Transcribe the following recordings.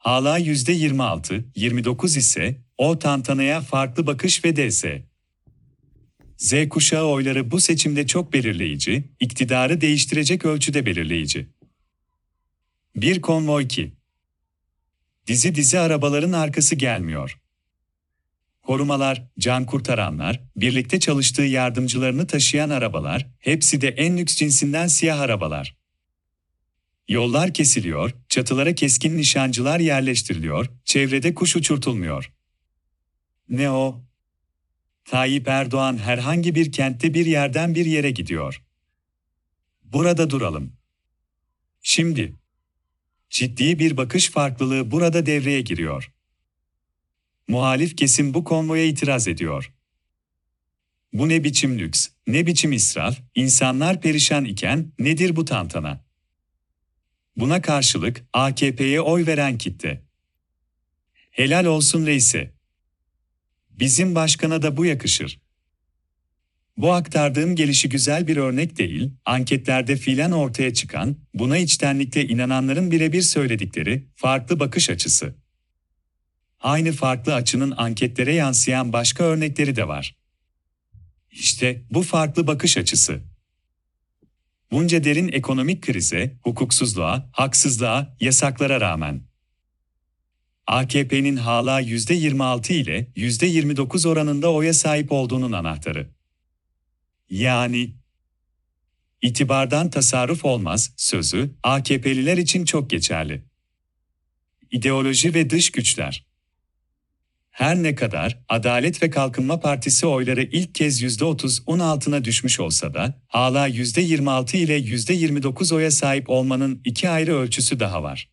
Hala %26, 29 ise o tantanaya farklı bakış ve DS. Z kuşağı oyları bu seçimde çok belirleyici, iktidarı değiştirecek ölçüde belirleyici. Bir konvoy ki. Dizi arabaların arkası gelmiyor. Korumalar, can kurtaranlar, birlikte çalıştığı yardımcılarını taşıyan arabalar, hepsi de en lüks cinsinden siyah arabalar. Yollar kesiliyor, çatılara keskin nişancılar yerleştiriliyor, çevrede kuş uçurtulmuyor. Ne o? Tayyip Erdoğan herhangi bir kentte bir yerden bir yere gidiyor. Burada duralım. Şimdi. Ciddi bir bakış farklılığı burada devreye giriyor. Muhalif kesim bu konvoya itiraz ediyor. Bu ne biçim lüks, ne biçim israf, insanlar perişan iken nedir bu tantana? Buna karşılık AKP'ye oy veren kitle. Helal olsun reise. Bizim başkana da bu yakışır. Bu aktardığım gelişigüzel bir örnek değil, anketlerde fiilen ortaya çıkan, buna içtenlikle inananların birebir söyledikleri farklı bakış açısı. Aynı farklı açının anketlere yansıyan başka örnekleri de var. İşte bu farklı bakış açısı. Bunca derin ekonomik krize, hukuksuzluğa, haksızlığa, yasaklara rağmen AKP'nin hala %26 ile %29 oranında oya sahip olduğunun anahtarı. Yani itibardan tasarruf olmaz sözü AKP'liler için çok geçerli. İdeoloji ve dış güçler. Her ne kadar Adalet ve Kalkınma Partisi oyları ilk kez %30'un altına düşmüş olsa da, hala %26 ile %29 oya sahip olmanın iki ayrı ölçüsü daha var.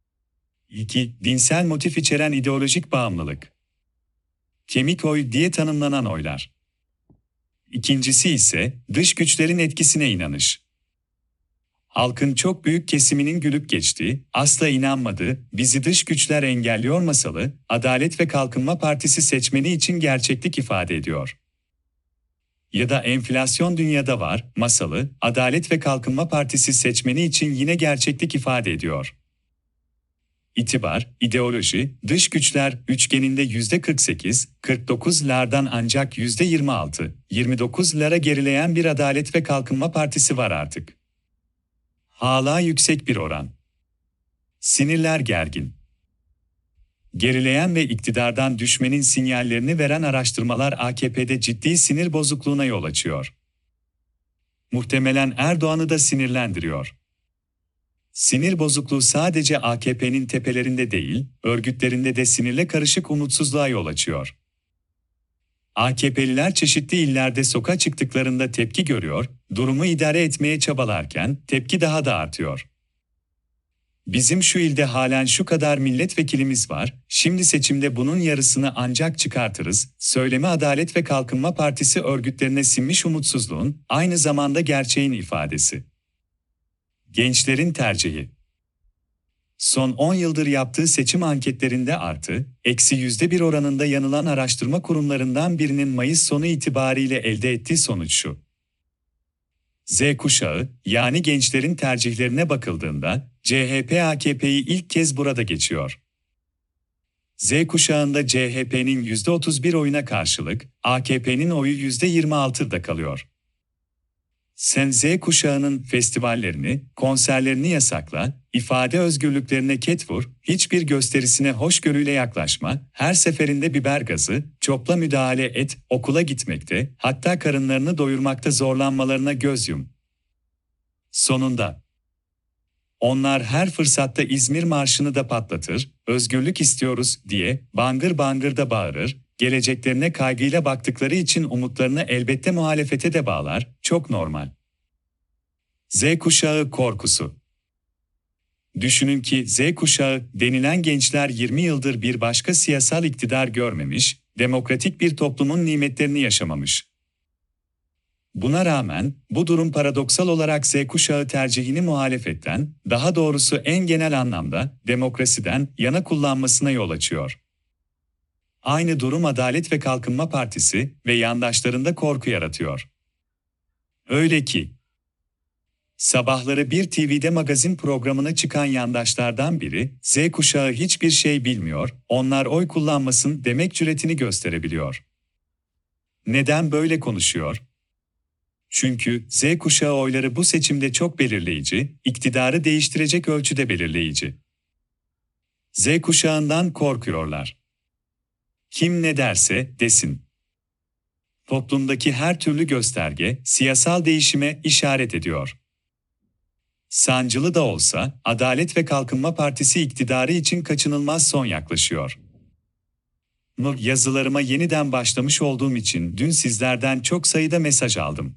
2. Dinsel motif içeren ideolojik bağımlılık. Kemik oy diye tanımlanan oylar. İkincisi ise dış güçlerin etkisine inanış. Halkın çok büyük kesiminin gülüp geçtiği, asla inanmadığı, bizi dış güçler engelliyor masalı, Adalet ve Kalkınma Partisi seçmeni için gerçeklik ifade ediyor. Ya da enflasyon dünyada var, masalı, Adalet ve Kalkınma Partisi seçmeni için yine gerçeklik ifade ediyor. İtibar, ideoloji, dış güçler üçgeninde %48, 49'lardan ancak %26, 29'lara gerileyen bir Adalet ve Kalkınma Partisi var artık. Hala yüksek bir oran. Sinirler gergin. Gerileyen ve iktidardan düşmenin sinyallerini veren araştırmalar AKP'de ciddi sinir bozukluğuna yol açıyor. Muhtemelen Erdoğan'ı da sinirlendiriyor. Sinir bozukluğu sadece AKP'nin tepelerinde değil, örgütlerinde de sinirle karışık umutsuzluğa yol açıyor. AKP'liler çeşitli illerde sokağa çıktıklarında tepki görüyor, durumu idare etmeye çabalarken tepki daha da artıyor. Bizim şu ilde halen şu kadar milletvekilimiz var, şimdi seçimde bunun yarısını ancak çıkartırız, söylemi Adalet ve Kalkınma Partisi örgütlerine sinmiş umutsuzluğun, aynı zamanda gerçeğin ifadesi. Gençlerin tercihi. Son 10 yıldır yaptığı seçim anketlerinde %1 oranında yanılan araştırma kurumlarından birinin Mayıs sonu itibariyle elde ettiği sonuç şu. Z kuşağı, yani gençlerin tercihlerine bakıldığında, CHP AKP'yi ilk kez burada geçiyor. Z kuşağında CHP'nin %31 oyuna karşılık, AKP'nin oyu %26'da kalıyor. Sen Z kuşağının festivallerini, konserlerini yasakla, ifade özgürlüklerine ket vur, hiçbir gösterisine hoşgörüyle yaklaşma, her seferinde biber gazı, çopla müdahale et, okula gitmekte, hatta karınlarını doyurmakta zorlanmalarına göz yum. Sonunda onlar her fırsatta İzmir Marşı'nı da patlatır, özgürlük istiyoruz diye bangır bangır da bağırır, geleceklerine kaygıyla baktıkları için umutlarını elbette muhalefete de bağlar, çok normal. Z kuşağı korkusu. Düşünün ki Z kuşağı denilen gençler 20 yıldır bir başka siyasal iktidar görmemiş, demokratik bir toplumun nimetlerini yaşamamış. Buna rağmen bu durum paradoksal olarak Z kuşağı tercihini muhalefetten, daha doğrusu en genel anlamda demokrasiden yana kullanmasına yol açıyor. Aynı durum Adalet ve Kalkınma Partisi ve yandaşlarında korku yaratıyor. Öyle ki Sabahları bir TV'de magazin programına çıkan yandaşlardan biri, Z kuşağı hiçbir şey bilmiyor, onlar oy kullanmasın demek cüretini gösterebiliyor. Neden böyle konuşuyor? Çünkü Z kuşağı oyları bu seçimde çok belirleyici, iktidarı değiştirecek ölçüde belirleyici. Z kuşağından korkuyorlar. Kim ne derse desin. Toplumdaki her türlü gösterge, siyasal değişime işaret ediyor. Sancılı da olsa, Adalet ve Kalkınma Partisi iktidarı için kaçınılmaz son yaklaşıyor. Yazılarıma yeniden başlamış olduğum için dün sizlerden çok sayıda mesaj aldım.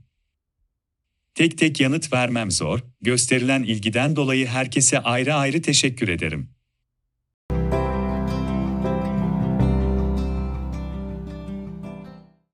Tek tek yanıt vermem zor, gösterilen ilgiden dolayı herkese ayrı ayrı teşekkür ederim.